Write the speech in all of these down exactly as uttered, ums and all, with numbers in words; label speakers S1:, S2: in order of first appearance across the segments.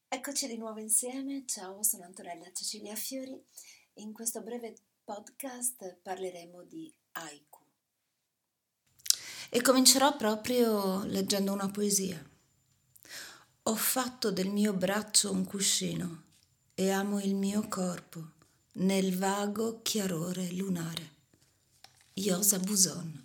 S1: Eccoci di nuovo insieme, ciao, sono Antonella Cecilia Fiori. In questo breve podcast parleremo di haiku. E comincerò proprio leggendo una poesia. Ho fatto del mio braccio un cuscino e amo il mio corpo nel vago chiarore lunare. Yosa Buson.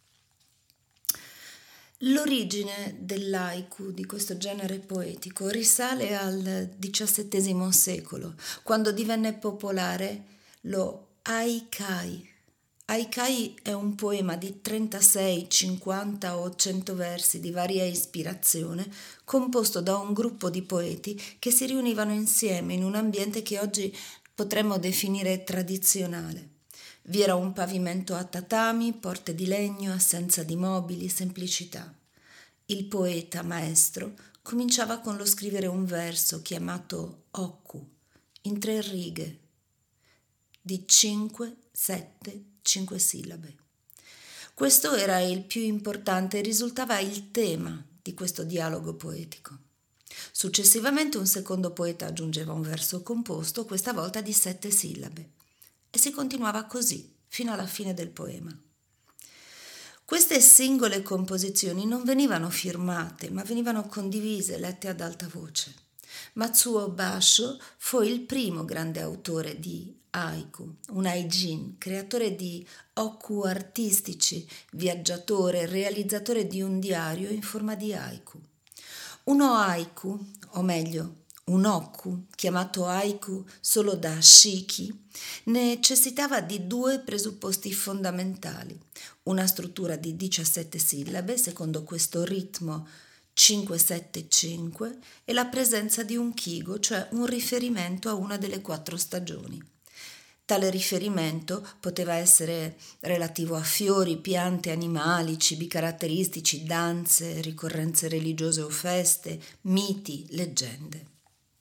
S1: L'origine dell'haiku, di questo genere poetico, risale al diciassettesimo secolo, quando divenne popolare lo haikai. Haikai è un poema di trentasei, cinquanta o cento versi di varia ispirazione, composto da un gruppo di poeti che si riunivano insieme in un ambiente che oggi potremmo definire tradizionale. Vi era un pavimento a tatami, porte di legno, assenza di mobili, semplicità. Il poeta maestro cominciava con lo scrivere un verso chiamato hokku, in tre righe, di cinque, sette, cinque sillabe. Questo era il più importante e risultava il tema di questo dialogo poetico. Successivamente un secondo poeta aggiungeva un verso composto, questa volta di sette sillabe. E si continuava così fino alla fine del poema. Queste singole composizioni non venivano firmate, ma venivano condivise, lette ad alta voce. Matsuo Basho fu il primo grande autore di haiku, un haijin, creatore di hokku artistici, viaggiatore, realizzatore di un diario in forma di haiku. Uno haiku, o meglio, un hokku, chiamato haiku solo da shiki, necessitava di due presupposti fondamentali: una struttura di diciassette sillabe, secondo questo ritmo cinque sette cinque, e la presenza di un kigo, cioè un riferimento a una delle quattro stagioni. Tale riferimento poteva essere relativo a fiori, piante, animali, cibi caratteristici, danze, ricorrenze religiose o feste, miti, leggende.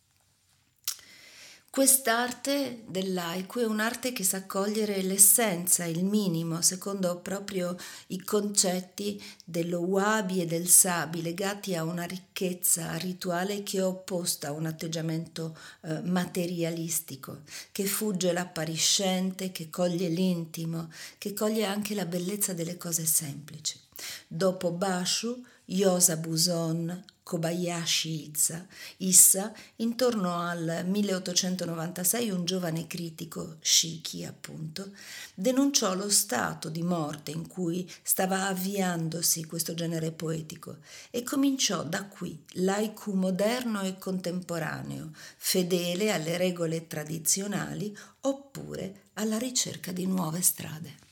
S1: Quest'arte dell'haiku è un'arte che sa cogliere l'essenza, il minimo, secondo proprio i concetti dello wabi e del sabi, legati a una ricchezza rituale che è opposta a un atteggiamento eh, materialistico, che fugge l'appariscente, che coglie l'intimo, che coglie anche la bellezza delle cose semplici. Dopo Basho, Yosa Buson, Kobayashi Issa, Issa, intorno al milleottocentonovantasei un giovane critico, Shiki appunto, denunciò lo stato di morte in cui stava avviandosi questo genere poetico e cominciò da qui l'haiku moderno e contemporaneo, fedele alle regole tradizionali oppure alla ricerca di nuove strade.